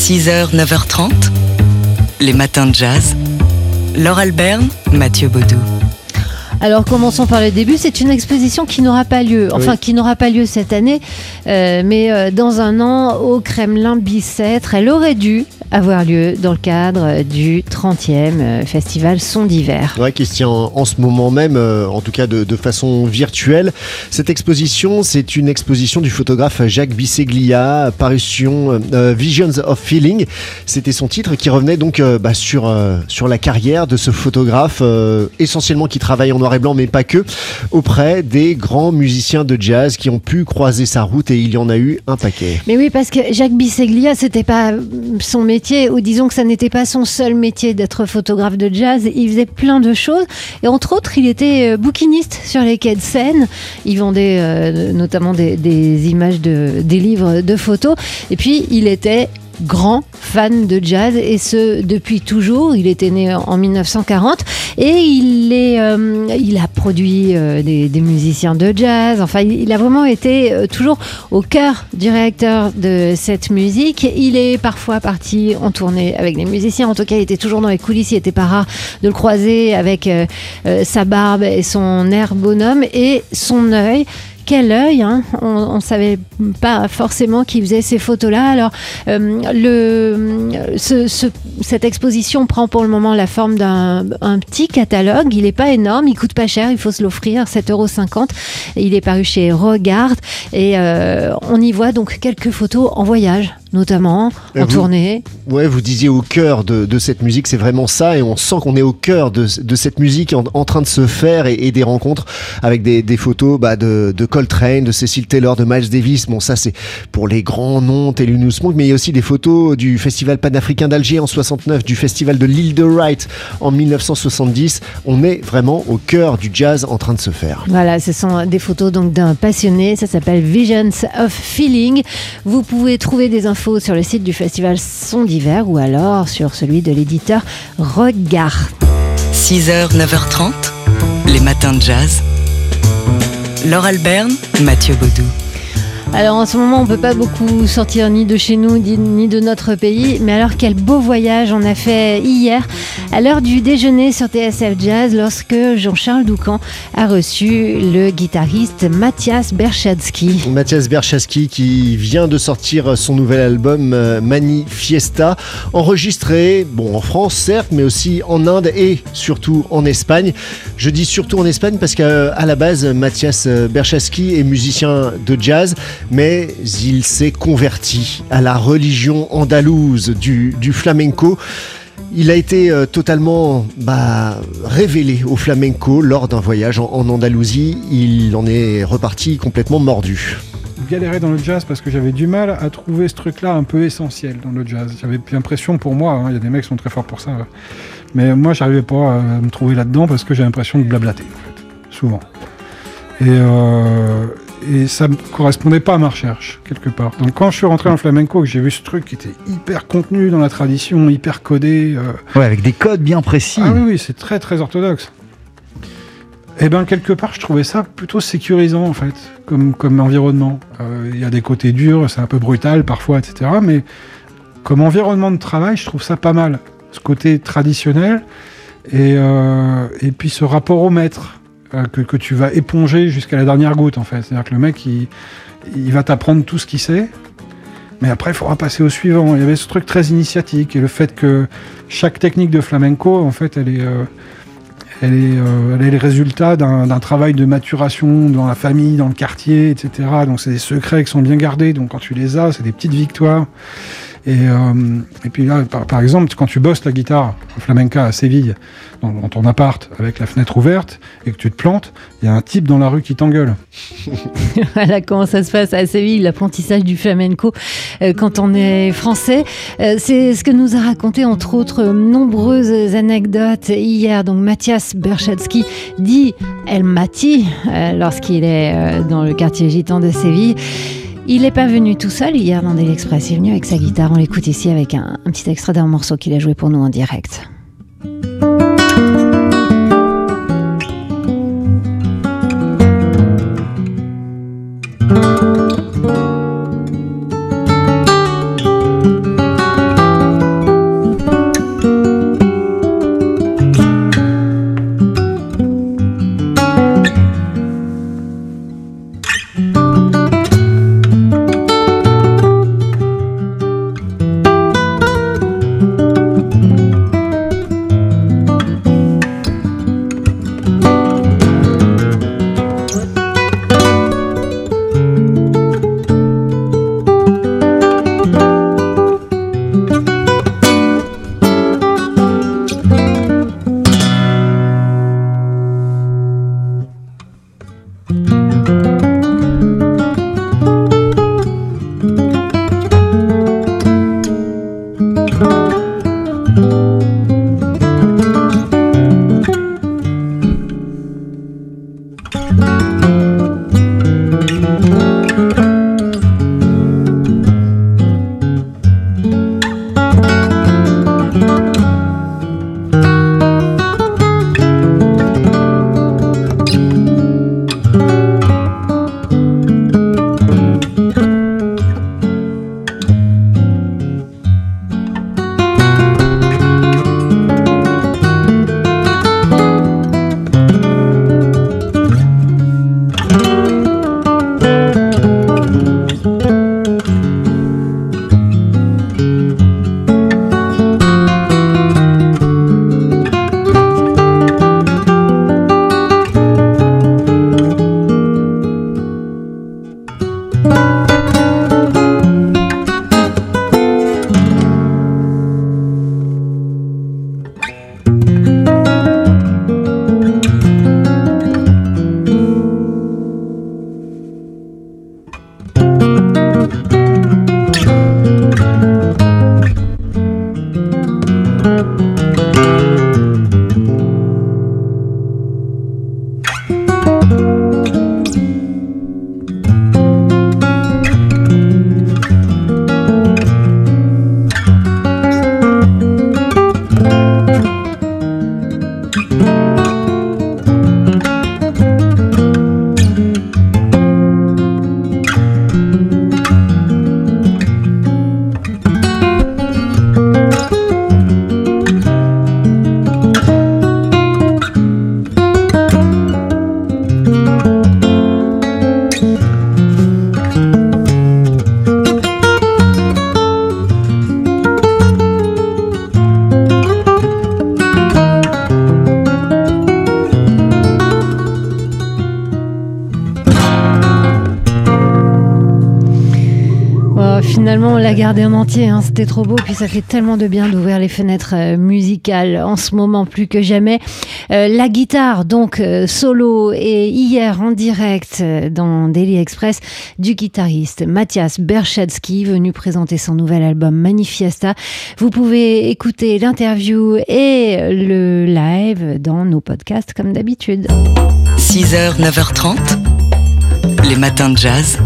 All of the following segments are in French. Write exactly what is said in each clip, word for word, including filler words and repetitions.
six heures, neuf heures trente, les matins de jazz. Laure Alberne, Mathieu Baudou. Alors commençons par le début, c'est une exposition qui n'aura pas lieu, enfin oui. qui n'aura pas lieu cette année, euh, mais euh, dans un an au Kremlin-Bicêtre, elle aurait dû avoir lieu dans le cadre du trentième euh, festival Son d'hiver. Ouais, qui se tient en, en ce moment même, euh, en tout cas de, de façon virtuelle. Cette exposition, c'est une exposition du photographe Jacques Bisseglia, parution euh, Visions of Feeling. C'était son titre qui revenait donc euh, bah, sur, euh, sur la carrière de ce photographe, euh, essentiellement qui travaille en noir et blanc, mais pas que, auprès des grands musiciens de jazz qui ont pu croiser sa route, et il y en a eu un paquet. Mais oui, parce que Jacques Bisseglia, c'était pas son métier, ou disons que ça n'était pas son seul métier d'être photographe de jazz. Il faisait plein de choses, et entre autres, il était bouquiniste sur les quais de Seine. Il vendait euh, notamment des, des images, de, des livres de photos, et puis il était grand fan de jazz, et ce depuis toujours. Il était né en dix-neuf cent quarante et il, est, euh, il a produit euh, des, des musiciens de jazz. Enfin, il a vraiment été euh, toujours au cœur du réacteur de cette musique. Il est parfois parti en tournée avec des musiciens. En tout cas, il était toujours dans les coulisses. Il n'était pas rare de le croiser avec euh, euh, sa barbe et son air bonhomme et son œil. Quel œil, hein. On ne savait pas forcément qu'il faisait ces photos-là. Alors, euh, le, ce, ce, cette exposition prend pour le moment la forme d'un un petit catalogue. Il n'est pas énorme, il coûte pas cher, il faut se l'offrir, sept euros cinquante. Il est paru chez Regard, et euh, on y voit donc quelques photos en voyage, notamment en vous, tournée. Ouais, vous disiez au cœur de, de cette musique, c'est vraiment ça, et on sent qu'on est au cœur de, de cette musique en, en train de se faire, et, et des rencontres avec des, des photos bah, de, de Coltrane, de Cecil Taylor, de Miles Davis. Bon, ça c'est pour les grands noms, Thelonious Monk, mais il y a aussi des photos du Festival panafricain d'Alger en soixante-neuf, du Festival de l'île de Wright en dix-neuf cent soixante-dix. On est vraiment au cœur du jazz en train de se faire. Voilà, ce sont des photos donc d'un passionné, ça s'appelle Visions of Feeling. Vous pouvez trouver des infos sur le site du festival Son d'hiver ou alors sur celui de l'éditeur Regard. six heures, neuf heures trente, les matins de jazz. Laure Alberne, Mathieu Baudou. Alors en ce moment, on ne peut pas beaucoup sortir ni de chez nous ni de notre pays, mais alors quel beau voyage on a fait hier à l'heure du déjeuner sur T S F Jazz, lorsque Jean-Charles Doucan a reçu le guitariste Mathias Berchadzki. Mathias Berchadzki qui vient de sortir son nouvel album euh, Manifiesta, enregistré bon, en France certes, mais aussi en Inde et surtout en Espagne. Je dis surtout en Espagne parce qu'à la base, Mathias Berchadzki est musicien de jazz, mais il s'est converti à la religion andalouse du, du flamenco. Il a été euh, totalement bah, révélé au flamenco lors d'un voyage en, en Andalousie. Il en est reparti complètement mordu. Je galérais dans le jazz parce que j'avais du mal à trouver ce truc-là un peu essentiel dans le jazz. J'avais l'impression, pour moi, il hein, y a des mecs qui sont très forts pour ça, hein, mais moi j'arrivais pas à me trouver là-dedans parce que j'ai l'impression de blablater, en fait, souvent. Et, euh, et ça ne correspondait pas à ma recherche, quelque part. Donc quand je suis rentré dans le flamenco, que j'ai vu ce truc qui était hyper contenu dans la tradition, hyper codé... Euh... Ouais, avec des codes bien précis. Ah oui, oui, c'est très très orthodoxe. Et bien quelque part, je trouvais ça plutôt sécurisant, en fait, comme, comme environnement. Il euh, y a des côtés durs, c'est un peu brutal parfois, et cetera. Mais comme environnement de travail, je trouve ça pas mal. Ce côté traditionnel, et, euh, et puis ce rapport au maître, Que, que tu vas éponger jusqu'à la dernière goutte, en fait. C'est-à-dire que le mec, il, il va t'apprendre tout ce qu'il sait, mais après, il faudra passer au suivant. Il y avait ce truc très initiatique, et le fait que chaque technique de flamenco, en fait, elle est, euh, elle est, euh, elle est le résultat d'un, d'un travail de maturation dans la famille, dans le quartier, et cetera. Donc, c'est des secrets qui sont bien gardés. Donc, quand tu les as, c'est des petites victoires. Et, euh, et puis là, par, par exemple, quand tu bosses la guitare flamenca à Séville, dans, dans ton appart, avec la fenêtre ouverte, et que tu te plantes, il y a un type dans la rue qui t'engueule. Voilà comment ça se passe à Séville, l'apprentissage du flamenco euh, quand on est français. Euh, c'est ce que nous a raconté, entre autres, nombreuses anecdotes hier. Donc Mathias Berchadzki dit El Mati euh, lorsqu'il est euh, dans le quartier gitan de Séville. Il n'est pas venu tout seul hier dans Daily Express, il est venu avec sa guitare. On l'écoute ici avec un, un petit extrait d'un morceau qu'il a joué pour nous en direct. Évidemment, on l'a gardé en entier, hein, c'était trop beau. Puis ça fait tellement de bien d'ouvrir les fenêtres euh, musicales en ce moment plus que jamais. Euh, la guitare, donc euh, solo, et hier en direct euh, dans Daily Express du guitariste Mathias Berchadzki, venu présenter son nouvel album Manifiesta. Vous pouvez écouter l'interview et le live dans nos podcasts comme d'habitude. six heures, neuf heures trente, les matins de jazz.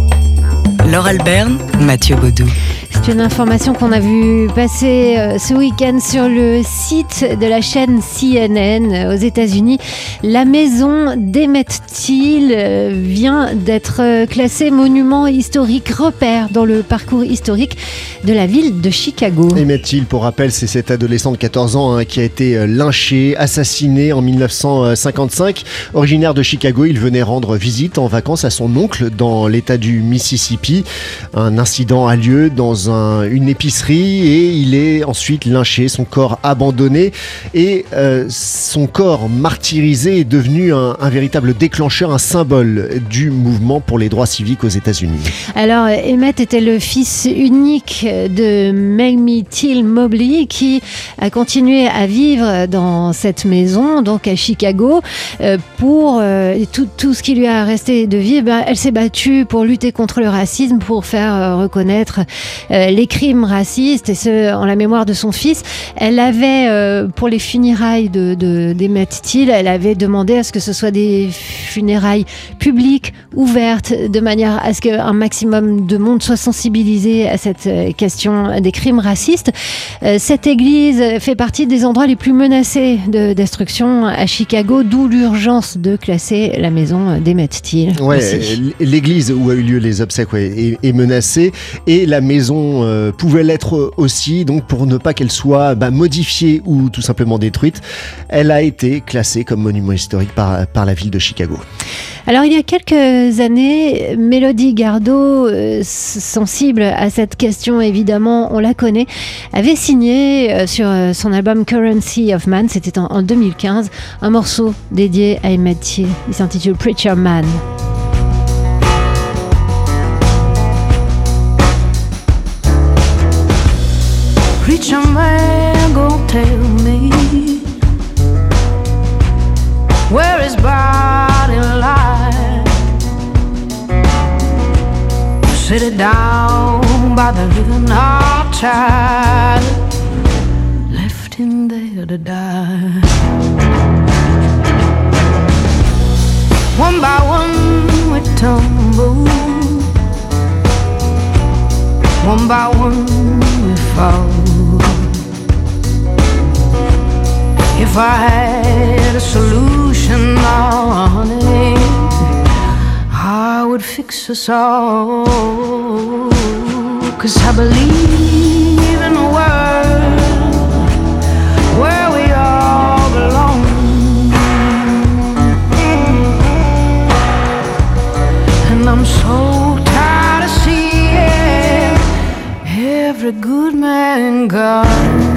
Laure Alberne, Mathieu Baudou. C'est une information qu'on a vu passer euh, ce week-end sur le site de la chaîne C N N euh, aux États-Unis. La maison d'Emmett Till euh, vient d'être euh, classée monument historique repère dans le parcours historique de la ville de Chicago. Emmett Till, pour rappel, c'est cet adolescent de quatorze ans hein, qui a été euh, lynché, assassiné en dix-neuf cent cinquante-cinq. Originaire de Chicago, il venait rendre visite en vacances à son oncle dans l'état du Mississippi. Un incident a lieu dans un une épicerie et il est ensuite lynché, son corps abandonné et euh, son corps martyrisé est devenu un, un véritable déclencheur, un symbole du mouvement pour les droits civiques aux États-Unis. Alors Emmett était le fils unique de Mamie Till Mobley qui a continué à vivre dans cette maison, donc à Chicago, euh, pour euh, tout, tout ce qui lui a resté de vie. Ben, elle s'est battue pour lutter contre le racisme, pour faire euh, reconnaître euh, les crimes racistes et ce en la mémoire de son fils. Elle avait euh, pour les funérailles de, de, d'Emmett Till, elle avait demandé à ce que ce soit des funérailles publiques, ouvertes, de manière à ce qu'un maximum de monde soit sensibilisé à cette question des crimes racistes. Euh, cette église fait partie des endroits les plus menacés de destruction à Chicago, d'où l'urgence de classer la maison d'Emmett Till. Ouais, aussi. L'église où a eu lieu les obsèques ouais, est, est menacée et la maison euh, pouvait l'être aussi, donc pour ne pas qu'elle soit bah, modifiée ou tout simplement détruite, elle a été classée comme monument historique par, par la ville de Chicago. Alors il y a quelques années, Mélodie Gardot, euh, sensible à cette question évidemment, on la connaît, avait signé euh, sur euh, son album Currency of Man, c'était en, en deux mille quinze, un morceau dédié à Emmett Till. Il s'intitule Preacher Man. Preacher man gon' tell me where his body lie. Sit it down by the river, not child, left him there to die. One by one we tumble, one by one we fall. If I had a solution, oh, honey, I would fix us all. 'Cause I believe in a world where we all belong. And I'm so tired of seeing every good man gone.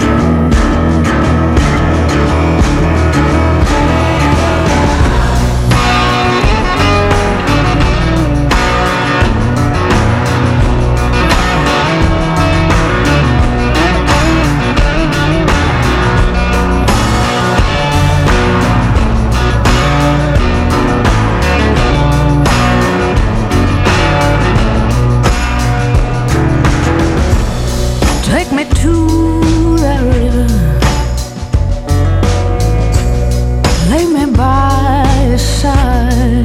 Take me to that river, lay me by his side,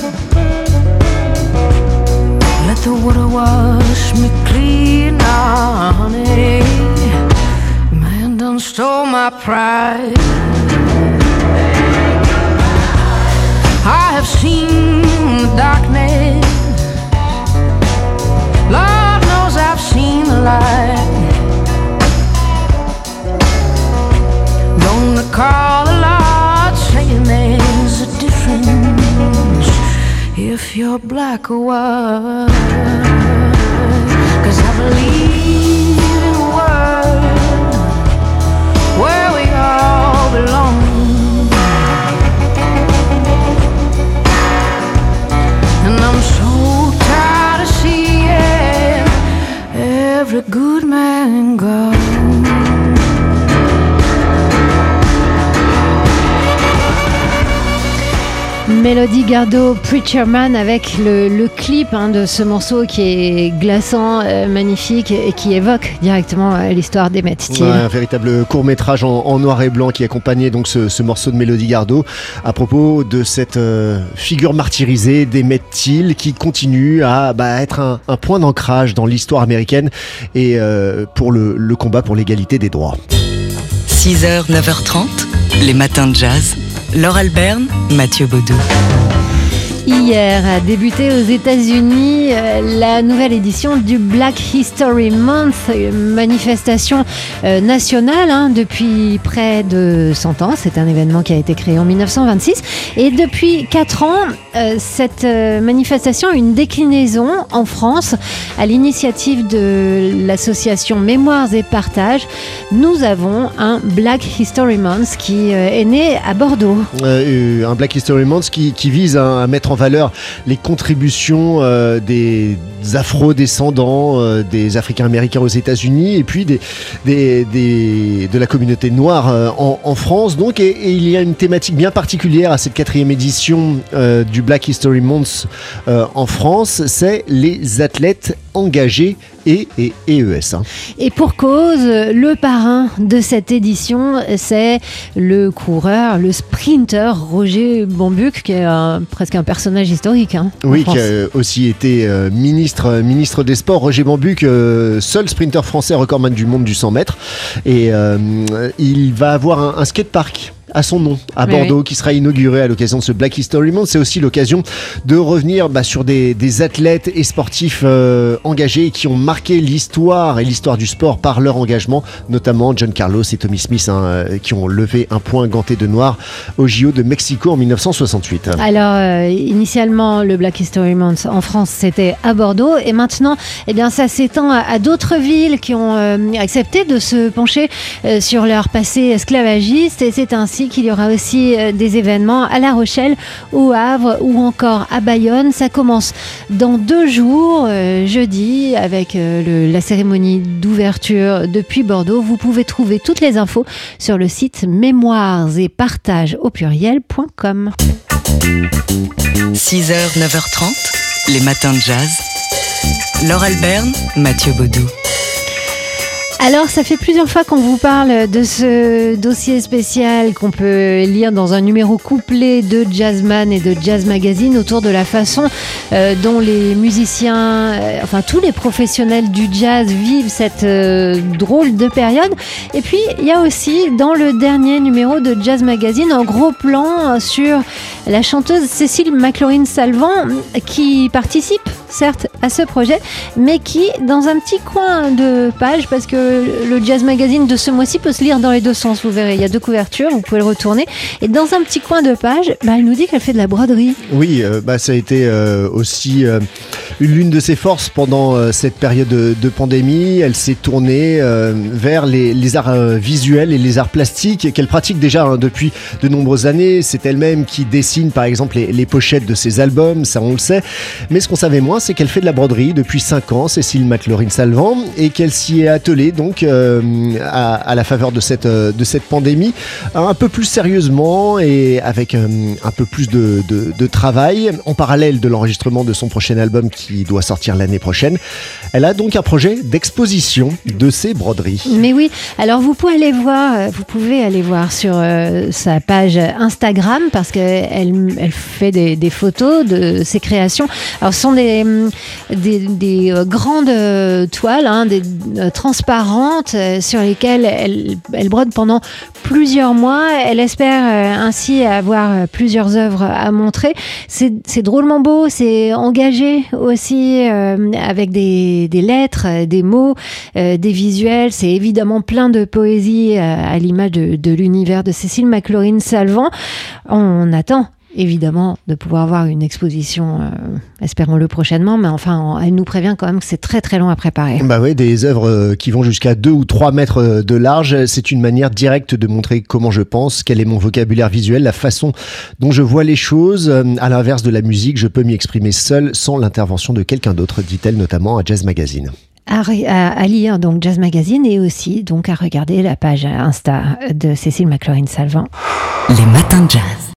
let the water wash me clean, ah, honey, man done stole my pride. I have seen the darkness, Lord knows I've seen the light. Don't recall a lot saying there's a difference if you're black or white. 'Cause I believe in a world where we all belong. And I'm so tired of seeing Melody Gardot, Preacher Man, avec le, le clip hein, de ce morceau qui est glaçant, euh, magnifique et qui évoque directement euh, l'histoire d'Emmett Till. Ouais, un véritable court-métrage en, en noir et blanc qui accompagnait donc ce, ce morceau de Melody Gardot à propos de cette euh, figure martyrisée d'Emmett Till qui continue à bah, être un, un point d'ancrage dans l'histoire américaine et euh, pour le, le combat pour l'égalité des droits. six heures, neuf heures trente, les matins de jazz. Laure Alberne, Mathieu Baudou. Hier a débuté aux États-Unis euh, la nouvelle édition du Black History Month, une manifestation euh, nationale hein, depuis près de cent ans. C'est un événement qui a été créé en dix-neuf cent vingt-six et depuis quatre ans, euh, cette euh, manifestation a une déclinaison en France à l'initiative de l'association Mémoires et Partage. Nous avons un Black History Month qui euh, est né à Bordeaux. Euh, un Black History Month qui, qui vise à, à mettre en valeur les contributions euh, des afro-descendants, euh, des Africains-Américains aux États-Unis et puis des, des, des, de la communauté noire euh, en, en France. Donc, et, et il y a une thématique bien particulière à cette quatrième édition euh, du Black History Month euh, en France, c'est les athlètes engagés et, et, et E S. Hein. Et pour cause, le parrain de cette édition, c'est le coureur, le sprinter Roger Bambuck, qui est un, presque un personnage historique. Hein, oui, qui a aussi été euh, ministre, ministre des Sports. Roger Bambuck, euh, seul sprinter français recordman du monde du cent mètres. Et euh, il va avoir un, un skatepark à son nom, à Bordeaux, oui. qui sera inauguré à l'occasion de ce Black History Month. C'est aussi l'occasion de revenir bah, sur des, des athlètes et sportifs euh, engagés qui ont marqué l'histoire et l'histoire du sport par leur engagement, notamment John Carlos et Tommy Smith, hein, qui ont levé un point ganté de noir au J O de Mexico en dix-neuf cent soixante-huit. Alors, euh, initialement, le Black History Month en France, c'était à Bordeaux, et maintenant, eh bien, ça s'étend à, à d'autres villes qui ont euh, accepté de se pencher euh, sur leur passé esclavagiste, et c'est ainsi qu'il y aura aussi des événements à La Rochelle, au Havre ou encore à Bayonne. Ça commence dans deux jours, euh, jeudi, avec euh, le, la cérémonie d'ouverture depuis Bordeaux. Vous pouvez trouver toutes les infos sur le site mémoires et partage au pluriel point com. six heures, neuf heures trente, les matins de jazz. Laure Alberne, Mathieu Baudou. Alors, ça fait plusieurs fois qu'on vous parle de ce dossier spécial qu'on peut lire dans un numéro couplé de Jazzman et de Jazz Magazine autour de la façon euh, dont les musiciens, euh, enfin tous les professionnels du jazz vivent cette euh, drôle de période. Et puis, il y a aussi dans le dernier numéro de Jazz Magazine un gros plan sur la chanteuse Cécile McLaurin-Salvant qui participe certes à ce projet, mais qui, dans un petit coin de page, parce que le Jazz Magazine de ce mois-ci peut se lire dans les deux sens, vous verrez, il y a deux couvertures, vous pouvez le retourner, et dans un petit coin de page, bah, elle nous dit qu'elle fait de la broderie. Oui, euh, bah, ça a été euh, aussi euh, l'une de ses forces pendant euh, cette période de, de pandémie. Elle s'est tournée euh, vers les, les arts euh, visuels et les arts plastiques qu'elle pratique déjà hein, depuis de nombreuses années. C'est elle-même qui dessine par exemple les, les pochettes de ses albums, ça on le sait, mais ce qu'on savait moins, c'est qu'elle fait de la broderie depuis cinq ans, Cécile McLaurin-Salvant, et qu'elle s'y est attelée donc euh, à, à la faveur de cette, euh, de cette pandémie, un peu plus sérieusement et avec euh, un peu plus de, de, de travail, en parallèle de l'enregistrement de son prochain album qui doit sortir l'année prochaine. Elle a donc un projet d'exposition de ses broderies. Mais oui, alors vous pouvez aller voir, vous pouvez aller voir sur euh, sa page Instagram parce qu'elle elle fait des, des photos de ses créations. Alors ce sont des Des, des euh, grandes euh, toiles, hein, des, euh, transparentes, euh, sur lesquelles elle, elle brode pendant plusieurs mois. Elle espère euh, ainsi avoir euh, plusieurs œuvres à montrer. C'est, c'est drôlement beau, c'est engagé aussi, euh, avec des, des lettres, des mots, euh, des visuels. C'est évidemment plein de poésie euh, à l'image de, de l'univers de Cécile McLaurin-Salvant. On attend évidemment de pouvoir voir une exposition, euh, espérons-le prochainement, mais enfin, elle nous prévient quand même que c'est très très long à préparer. Bah oui, des œuvres qui vont jusqu'à deux ou trois mètres de large, c'est une manière directe de montrer comment je pense, quel est mon vocabulaire visuel, la façon dont je vois les choses. À l'inverse de la musique, je peux m'y exprimer seule sans l'intervention de quelqu'un d'autre, dit-elle notamment à Jazz Magazine. À, à, à lire donc Jazz Magazine et aussi donc à regarder la page Insta de Cécile McLaurin-Salvant. Les matins de jazz.